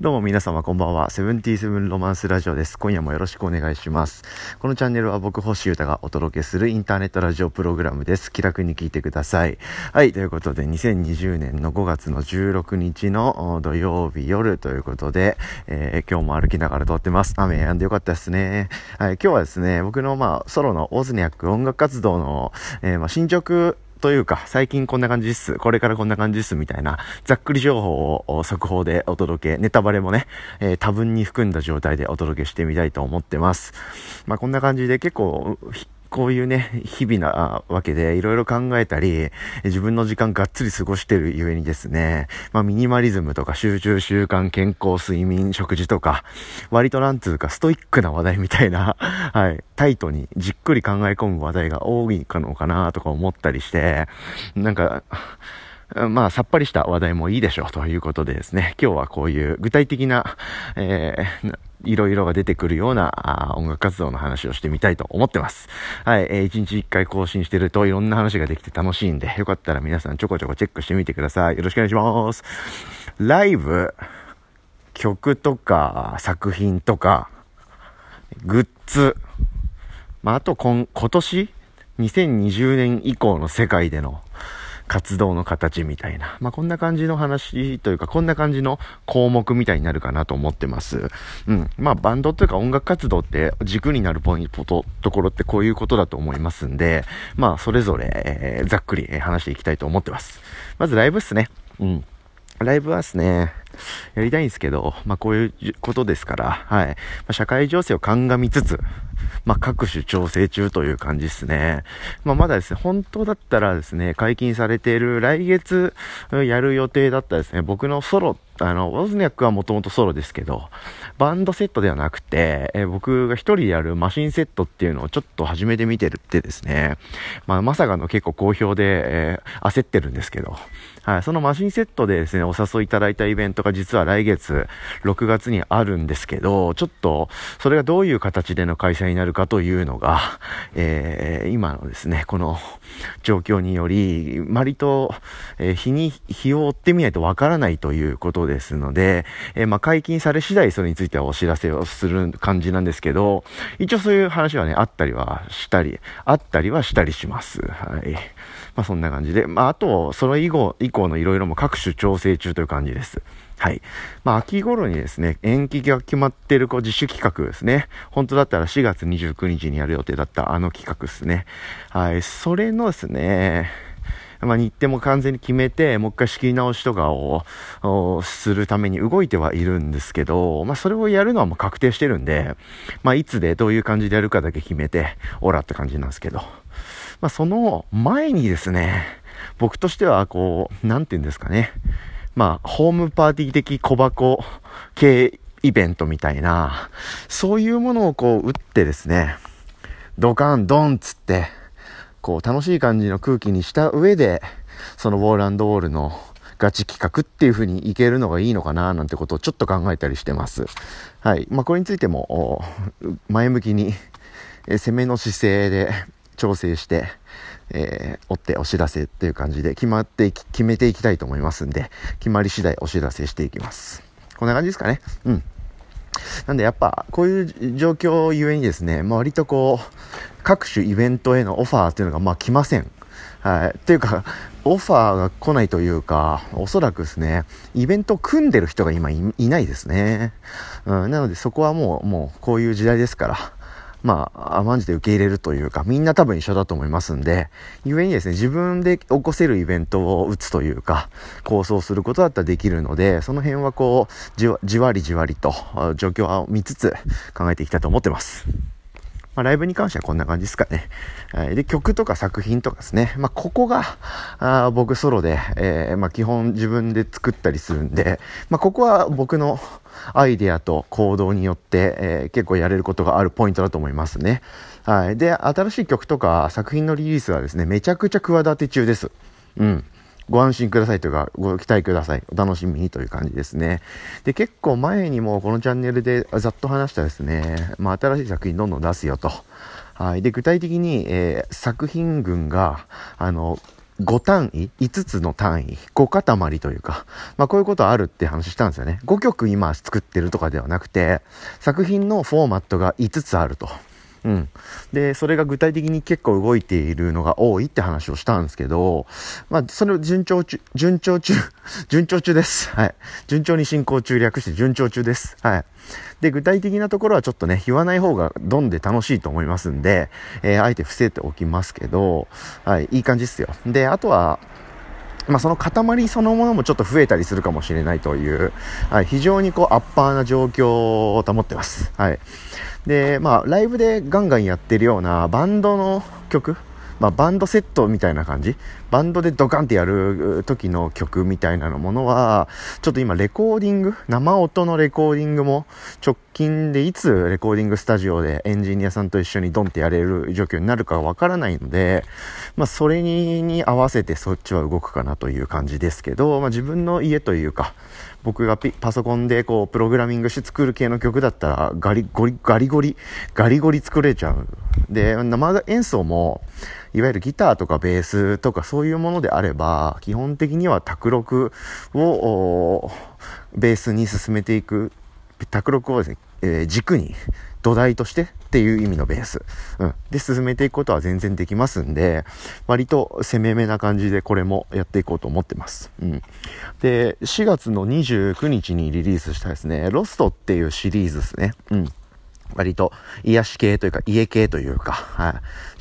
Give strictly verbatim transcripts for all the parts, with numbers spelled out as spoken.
どうも皆様こんばんは。セブンティーセブンロマンスラジオです。今夜もよろしくお願いします。このチャンネルは僕星優太がお届けするインターネットラジオプログラムです。気楽に聞いてください。はい、ということでにせんにじゅうねんのごがつのじゅうろくにちの土曜日夜ということで、えー、今日も歩きながら撮ってます。雨止んでよかったですね。はい、今日はですね、僕のまあソロのオズニャック音楽活動の、えー、まあ進捗というか、最近こんな感じっす。これからこんな感じっす。みたいな、ざっくり情報を速報でお届け、ネタバレもね、えー、多分に含んだ状態でお届けしてみたいと思ってます。まあこんな感じで結構、こういうね、日々なわけでいろいろ考えたり、自分の時間がっつり過ごしてるゆえにですね、まあミニマリズムとか集中習慣、健康、睡眠、食事とか、割となんつうかストイックな話題みたいな、はい、タイトにじっくり考え込む話題が多いのかなとか思ったりして、なんか、まあさっぱりした話題もいいでしょうということでですね、今日はこういう具体的な、えー、いろいろが出てくるような音楽活動の話をしてみたいと思ってます。はい、えー、一日一回更新してるといろんな話ができて楽しいんで、よかったら皆さんちょこちょこチェックしてみてください。よろしくお願いします。ライブ、曲とか作品とか、グッズ、まあ、あと今、今年にせんにじゅうねん以降の世界での活動の形みたいな、まあ、こんな感じの話というか、こんな感じの項目みたいになるかなと思ってます。うん。まあ、バンドというか音楽活動って軸になるポイント、ところってこういうことだと思いますんで、まあ、それぞれ、えー、ざっくり話していきたいと思ってます。まずライブっすね。うん。ライブはですね、やりたいんですけど、まあこういうことですから、はい。まあ、社会情勢を鑑みつつ、まあ各種調整中という感じですね。まあまだですね、本当だったらですね、解禁されている来月やる予定だったですね、僕のソロ、あの、オズニャックはもともとソロですけど、バンドセットではなくて、え僕が一人でやるマシンセットっていうのをちょっと始めてみてるってですね、まあまさかの結構好評で、えー、焦ってるんですけど、はい、そのマシンセットでですね、お誘いいただいたイベントが実は来月ろくがつにあるんですけど、ちょっとそれがどういう形での開催になるかというのが、えー、今のですね、この状況により、割と、えー、日に、日を追ってみないとわからないということですので、えー、まあ解禁され次第それについてはお知らせをする感じなんですけど、一応そういう話はね、あったりはしたり、あったりはしたりします。はい。まあそんな感じで、まああと、それ以降、以降のいろいろも各種調整中という感じです。はい。まあ秋頃にですね、延期が決まっているこう自主企画ですね。本当だったらしがつにじゅうくにちにやる予定だったあの企画ですね。はい。それのですね、まあ、日程も完全に決めて、もう一回仕切り直しとかをするために動いてはいるんですけど、まあ、それをやるのはもう確定してるんで、まあ、いつでどういう感じでやるかだけ決めて、オラって感じなんですけど。まあ、その前にですね、僕としては、こう、なんていうんですかね。まあ、ホームパーティー的小箱系イベントみたいな、そういうものをこう、打ってですね、ドカンドンつって、こう楽しい感じの空気にした上で、そのウォール&ウォールのガチ企画っていう風にいけるのがいいのかななんてことをちょっと考えたりしてます。はい。まあこれについても前向きに攻めの姿勢で調整して、えー、追ってお知らせっていう感じで決まっていき、決めていきたいと思いますんで、決まり次第お知らせしていきます。こんな感じですかね。うん。なんでやっぱこういう状況ゆえにですね、まあ、割とこう各種イベントへのオファーっていうのがまあ来ません。はい。っていうかオファーが来ないというか、おそらくですね、イベントを組んでる人が今 い, いないですね。うん。なのでそこはもうもうこういう時代ですから。まあ、甘んじて受け入れるというか、みんな多分一緒だと思いますんで、ゆえにですね、自分で起こせるイベントを打つというか、構想することだったらできるので、その辺はこう、じわじわりじわりと状況を見つつ考えていきたいと思ってます。まあ、ライブに関してはこんな感じですかね。で、曲とか作品とかですね。まあ、ここが、あ僕ソロで、えー、まあ、基本自分で作ったりするんで、まあ、ここは僕のアイデアと行動によって、えー、結構やれることがあるポイントだと思いますね。はい。で、新しい曲とか作品のリリースはですね、めちゃくちゃ企て中です。うん。ご安心くださいというか、ご期待ください。お楽しみにという感じですね。で、結構前にもこのチャンネルでざっと話したですね、まあ新しい作品どんどん出すよと。はい。で、具体的に、えー、作品群が、あの、 ご単位、いつつの単位、ご塊というか、まあこういうことあるって話したんですよね。ごきょく今作ってるとかではなくて、作品のフォーマットがいつつあると。うん。で、それが具体的に結構動いているのが多いって話をしたんですけど、まあ、それを順調中、順調中、順調中です。はい。順調に進行中、略して順調中です。はい。で、具体的なところはちょっとね、言わない方がどんで楽しいと思いますんで、えー、あえて伏せておきますけど、はい、いい感じですよ。で、あとは、まあ、その塊そのものもちょっと増えたりするかもしれないという、はい、非常にこうアッパーな状況を保ってます。はい。で、まあ、ライブでガンガンやってるようなバンドの曲、まあ、バンドセットみたいな感じ、バンドでドカンってやる時の曲みたいなものは、ちょっと今レコーディング、生音のレコーディングも直近でいつレコーディングスタジオでエンジニアさんと一緒にドンってやれる状況になるかわからないので、まあ、それに、に合わせてそっちは動くかなという感じですけど、まあ、自分の家というか、僕がピパソコンでこうプログラミングして作る系の曲だったらガリゴリガリゴリガリゴリ作れちゃう。で、生演奏もいわゆるギターとかベースとかそういうものであれば基本的には卓録をベースに進めていく、卓録をですね、えー、軸に土台としてっていう意味のベース、うん、で進めていくことは全然できますんで、割と攻め目な感じでこれもやっていこうと思ってます。うん、でしがつのにじゅうくにちにリリースしたですね、ロストっていうシリーズですね。うん、割と癒し系というか家系というか、はい、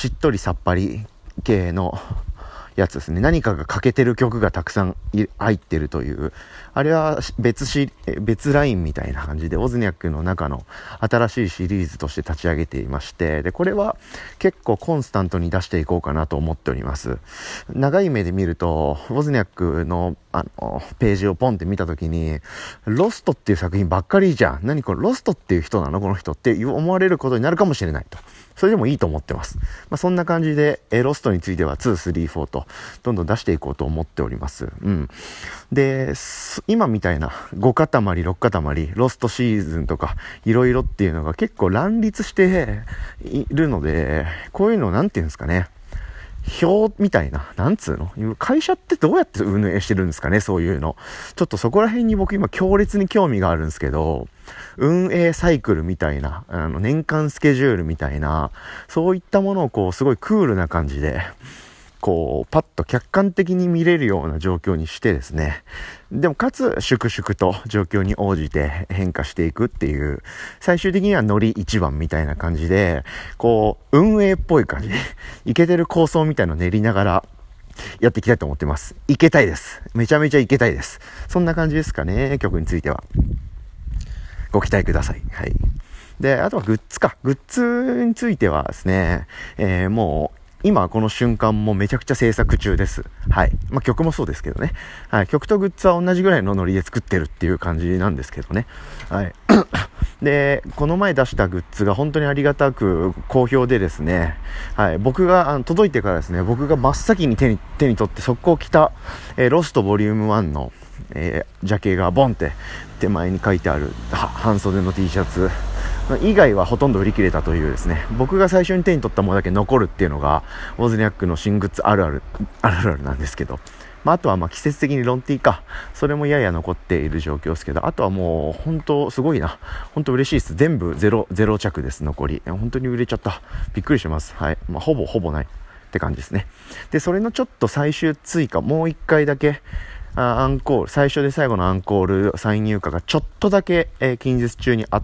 しっとりさっぱり系のやつですね。何かが欠けてる曲がたくさん入ってるという、あれは別し別ラインみたいな感じでオズニャックの中の新しいシリーズとして立ち上げていまして、でこれは結構コンスタントに出していこうかなと思っております。長い目で見るとオズニャックのあのページをポンって見た時に、ロストっていう作品ばっかりじゃん、何これロストっていう人なのこの人って思われることになるかもしれないと。それでもいいと思ってます。まあ、そんな感じで、えー、ロストについてはに、さん、よんとどんどん出していこうと思っております。うん。で、今みたいなご塊、ろっ塊、ロストシーズンとかいろいろっていうのが結構乱立しているので、こういうのなんていうんですかね。表みたいな、なんつうの、会社ってどうやって運営してるんですかね、そういうの。ちょっとそこら辺に僕今強烈に興味があるんですけど、運営サイクルみたいな、あの年間スケジュールみたいな、そういったものをこうすごいクールな感じでこうパッと客観的に見れるような状況にしてですね、でもかつ粛々と状況に応じて変化していくっていう、最終的にはノリ一番みたいな感じで、こう運営っぽい感じでイケてる構想みたいのを練りながらやっていきたいと思ってます。いけたいです。めちゃめちゃいけたいです。そんな感じですかね、曲については。ご期待ください。はい。で、あとはグッズか。グッズについてはですね、えー、もう今この瞬間もめちゃくちゃ制作中です。はい。まあ、曲もそうですけどね。はい。曲とグッズは同じぐらいのノリで作ってるっていう感じなんですけどね。はい。で、この前出したグッズが本当にありがたく好評でですね、はい。僕があの届いてからですね、僕が真っ先に手に手に取って速攻着た、えー、ロストボリュームワンの、えー、ジャケがボンって手前に書いてある半袖の T シャツ以外はほとんど売り切れたというですね、僕が最初に手に取ったものだけ残るっていうのがオズニャックの新グッズあるあるあるあるなんですけど、まあ、あとはまあ季節的にロンティーか、それもやや残っている状況ですけど、あとはもう本当すごいな、本当嬉しいです。全部ゼロゼロ着です。残り本当に売れちゃった、びっくりします。はい。まあ、ほぼほぼないって感じですね。でそれのちょっと最終追加、もう一回だけあアンコール、最初で最後のアンコール再入荷がちょっとだけ、えー、近日中にあって、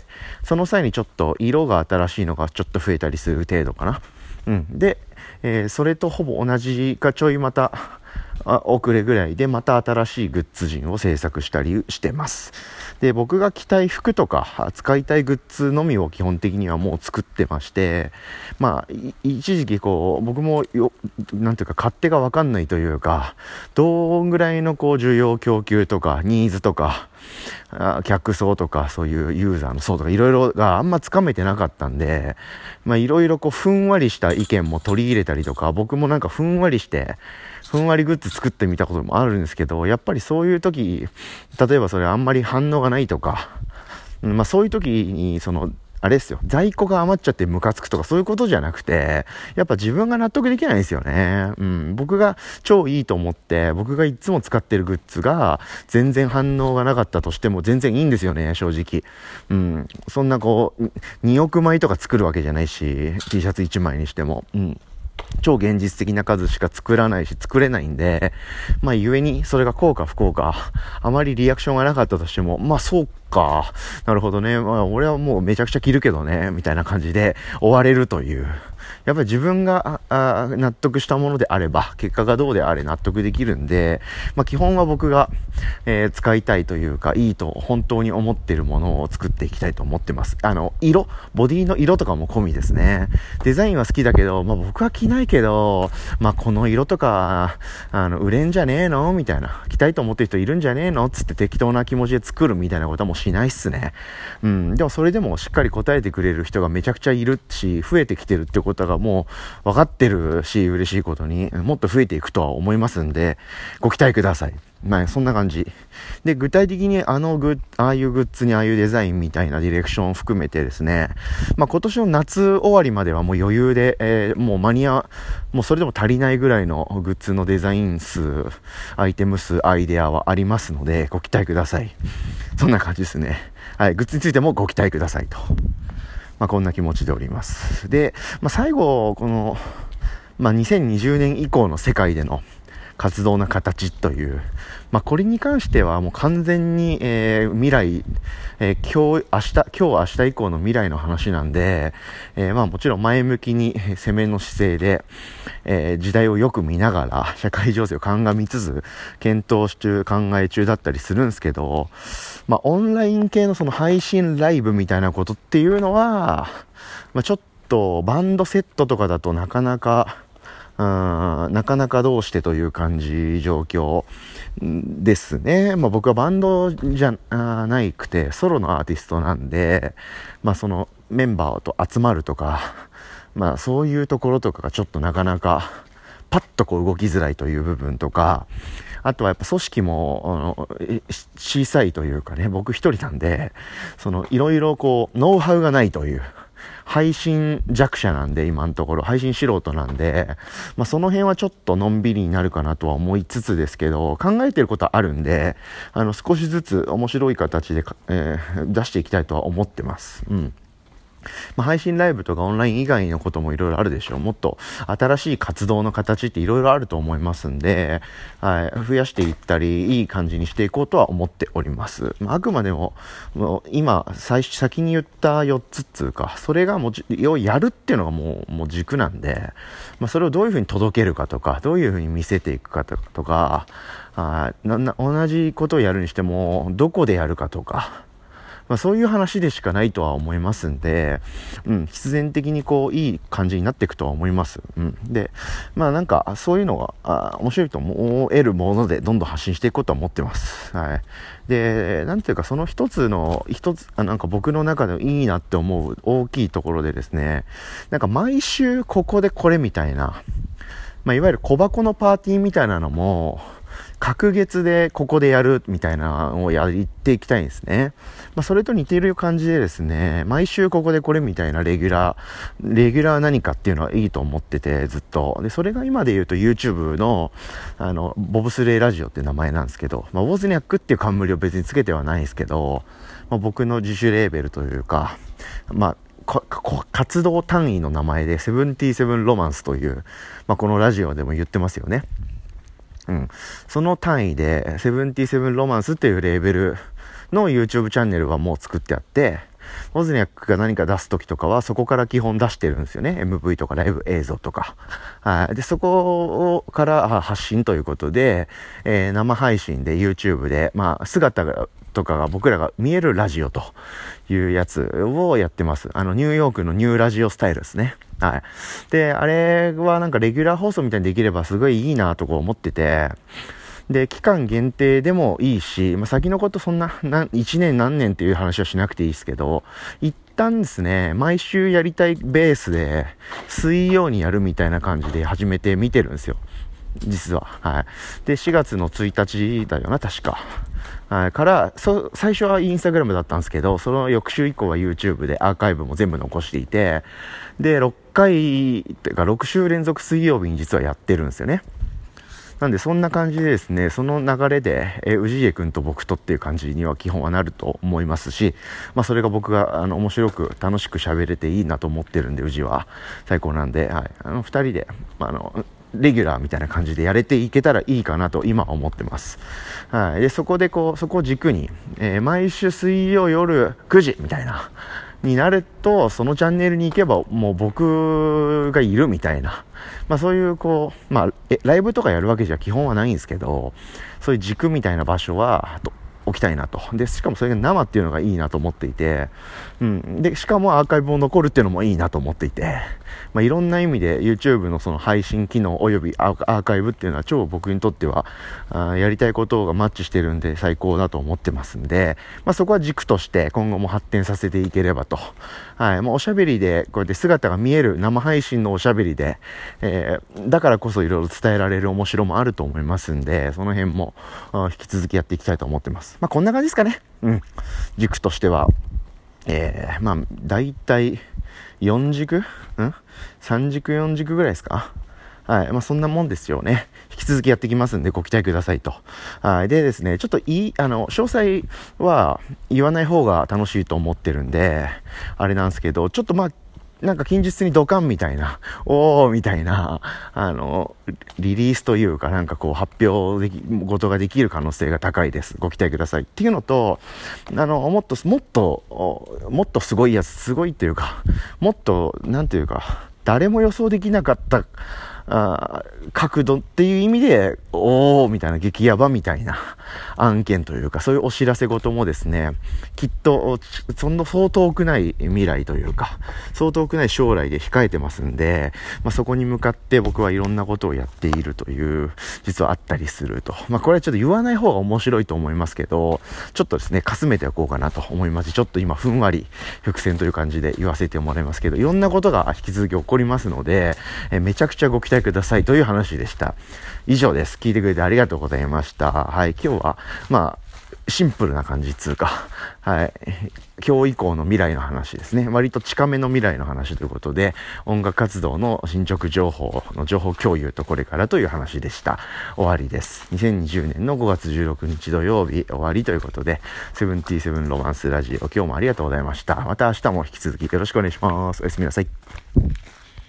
その際にちょっと色が新しいのがちょっと増えたりする程度かな。うん。で、えー、それとほぼ同じかちょいまたあ遅れぐらいでまた新しいグッズ陣を制作したりしてます。で、僕が着たい服とか使いたいグッズのみを基本的にはもう作ってまして、まあ一時期こう僕もよなんていうか勝手が分かんないというか、どんぐらいのこう需要供給とかニーズとかあ客層とかそういうユーザーの層とかいろいろがあんまつかめてなかったんで、まあいろいろこうふんわりした意見も取り入れたりとか、僕もなんかふんわりしてふんわりグッズ作ってみたこともあるんですけど、やっぱりそういう時、例えばそれあんまり反応がないとか、まあそういう時にそのあれですよ、在庫が余っちゃってムカつくとかそういうことじゃなくて、やっぱ自分が納得できないんですよね。うん。僕が超いいと思って、僕がいつも使ってるグッズが全然反応がなかったとしても全然いいんですよね、正直。うん。そんなこう、におくまいとか作るわけじゃないし、T シャツいちまいにしても。うん。超現実的な数しか作らないし作れないんで、まあゆえにそれが効果不効果、あまりリアクションがなかったとしても、まあそうか、なるほどね、まあ俺はもうめちゃくちゃ着るけどね、みたいな感じで終われるという。やっぱり自分がああ納得したものであれば、結果がどうであれ納得できるんで、まあ基本は僕が、えー、使いたいというか、いいと本当に思っているものを作っていきたいと思ってます。あの、色、ボディの色とかも込みですね。デザインは好きだけど、まあ僕は着ないけど、まあこの色とか、あの、売れんじゃねえのみたいな。着たいと思ってる人いるんじゃねえのつって適当な気持ちで作るみたいなことはもうしないっすね。うん。でもそれでもしっかり答えてくれる人がめちゃくちゃいるし、増えてきてるってことがもう分かってるし、嬉しいことにもっと増えていくとは思いますんで、ご期待ください。まあ、そんな感じ。で、具体的にあのグッ、ああいうグッズにああいうデザインみたいなディレクションを含めてですね、まあ今年の夏終わりまではもう余裕で、えー、もう間に合、もうそれでも足りないぐらいのグッズのデザイン数、アイテム数、アイデアはありますので、ご期待ください。そんな感じですね。はい、グッズについてもご期待くださいと。まあこんな気持ちでおります。で、まあ最後、この、まあにせんにじゅうねん以降の世界での活動の形という、まあこれに関してはもう完全に、えー、未来、えー、今日、明日、今日明日以降の未来の話なんで、えー、まあもちろん前向きに攻めの姿勢で、えー、時代をよく見ながら社会情勢を鑑みつつ検討中、考え中だったりするんですけど、まあオンライン系のその配信ライブみたいなことっていうのは、まあちょっとバンドセットとかだとなかなかうん、なかなかどうしてという感じ状況ですね。まあ僕はバンドじゃないくてソロのアーティストなんで、まあそのメンバーと集まるとか、まあそういうところとかがちょっとなかなかパッとこう動きづらいという部分とか、あとはやっぱ組織も小さいというかね、僕一人なんで、そのいろいろこうノウハウがないという。配信弱者なんで今のところ配信素人なんで、まあその辺はちょっとのんびりになるかなとは思いつつですけど、考えてることはあるんで、あの少しずつ面白い形で、えー、出していきたいとは思ってます。うん。まあ、配信ライブとかオンライン以外のこともいろいろあるでしょう。もっと新しい活動の形っていろいろあると思いますんで、はい、増やしていったりいい感じにしていこうとは思っております。まあ、あくまでも、もう今最初先に言ったよっつっつうか、それがもうをやるっていうのがもうもう軸なんで、まあ、それをどういうふうに届けるかとか、どういうふうに見せていくかとか、あなな同じことをやるにしてもどこでやるかとか。まあ、そういう話でしかないとは思いますんで、うん、必然的にこういい感じになっていくとは思います。うん、で、まあなんかそういうのがあ面白いと思えるものでどんどん発信していこうとは思ってます。はい。で、なんていうかその一つの一つあなんか僕の中でいいなって思う大きいところでですね、なんか毎週ここでこれみたいな、まあいわゆる小箱のパーティーみたいなのも。隔月でここでやるみたいなのをやっていきたいんですね。まあ、それと似ている感じでですね、毎週ここでこれみたいなレギュラー、レギュラー何かっていうのはいいと思ってて、ずっと。で、それが今で言うと YouTube の、あの、ボブスレーラジオっていう名前なんですけど、まあ、ウォーズニャックっていう冠を別につけてはないですけど、まあ、僕の自主レーベルというか、まあ、活動単位の名前でセブンティーセブンロマンスという、まあ、このラジオでも言ってますよね。うん、その単位でセブンティーセブンロマンスっていうレーベルの YouTube チャンネルはもう作ってあって、ウォズニャックが何か出す時とかはそこから基本出してるんですよね。 エムブイ とかライブ映像とか、はい、でそこから発信ということで、えー、生配信で YouTube で、まあ、姿がとかが僕らが見えるラジオというやつをやってます。あのニューヨークのニューラジオスタイルですね。はい。で、あれはなんかレギュラー放送みたいにできればすごいいいなとこう思ってて、で、期間限定でもいいし、まあ、先のことそんな、ないちねん何年っていう話はしなくていいですけど、一旦ですね、毎週やりたいベースで、水曜にやるみたいな感じで始めて見てるんですよ。実は。はい。で、しがつのついたちだよな、確か。 はい、からそ最初はインスタグラムだったんですけど、その翌週以降は YouTube でアーカイブも全部残していて、でろっかいっていうかろく週連続水曜日に実はやってるんですよね。なんでそんな感じでですね、その流れで、えー、氏家くんと僕とっていう感じには基本はなると思いますし、まあそれが僕があの面白く楽しく喋れていいなと思ってるんで、氏は最高なんで、はい、あのふたりで、まあ、あのレギュラーみたいな感じでやれていけたらいいかなと今は思ってます。はい。で、そこでこう、そこを軸に、えー、毎週水曜夜くじみたいな、になると、そのチャンネルに行けばもう僕がいるみたいな、まあそういうこう、まあえライブとかやるわけじゃ基本はないんですけど、そういう軸みたいな場所はと置きたいなと。でしかもそれが生っていうのがいいなと思っていて、うん、でしかもアーカイブも残るっていうのもいいなと思っていて、まあ、いろんな意味で YouTube のその配信機能およびアーカイブっていうのは超僕にとってはあやりたいことがマッチしてるんで最高だと思ってますんで、まあ、そこは軸として今後も発展させていければと。はい、もうおしゃべりでこうやって姿が見える生配信のおしゃべりで、えー、だからこそいろいろ伝えられる面白もあると思いますんで、その辺も引き続きやっていきたいと思ってます。まあ、こんな感じですかね。うん。軸としては。えー、まあ、だいたいよん軸ん ?さん 軸よん軸ぐらいですか。はい。まあ、そんなもんですよね。引き続きやっていきますんで、ご期待くださいと。はい。でですね、ちょっといい、あの、詳細は言わない方が楽しいと思ってるんで、あれなんですけど、ちょっとまあ、なんか近日にドカンみたいな、おーみたいな、あの、リリースというかなんかこう発表でき、ことができる可能性が高いです。ご期待ください。っていうのと、あの、もっと、もっと、もっとすごいやつ、すごいっていうか、もっと、なんていうか、誰も予想できなかった、あ角度っていう意味でおーみたいな激ヤバみたいな案件というかそういうお知らせ事もですねきっとそんなそう遠くない未来というかそう遠くない将来で控えてますんで、まあ、そこに向かって僕はいろんなことをやっているという実はあったりすると、まあ、これはちょっと言わない方が面白いと思いますけどちょっとですねかすめておこうかなと思いますちょっと今ふんわり伏線という感じで言わせてもらいますけどいろんなことが引き続き起こりますのでえめちゃくちゃご期待くださいという話でした。以上です。聞いてくれてありがとうございました。はい、今日はまあシンプルな感じつうか、はい、今日以降の未来の話ですね。割と近めの未来の話ということで、音楽活動の進捗情報の情報共有とこれからという話でした。終わりです。にせんにじゅうねんのごがつじゅうろくにち土曜日終わりということで、セブンティーセブンロマンスラジオ今日もありがとうございました。また明日も引き続きよろしくお願いします。おやすみなさい。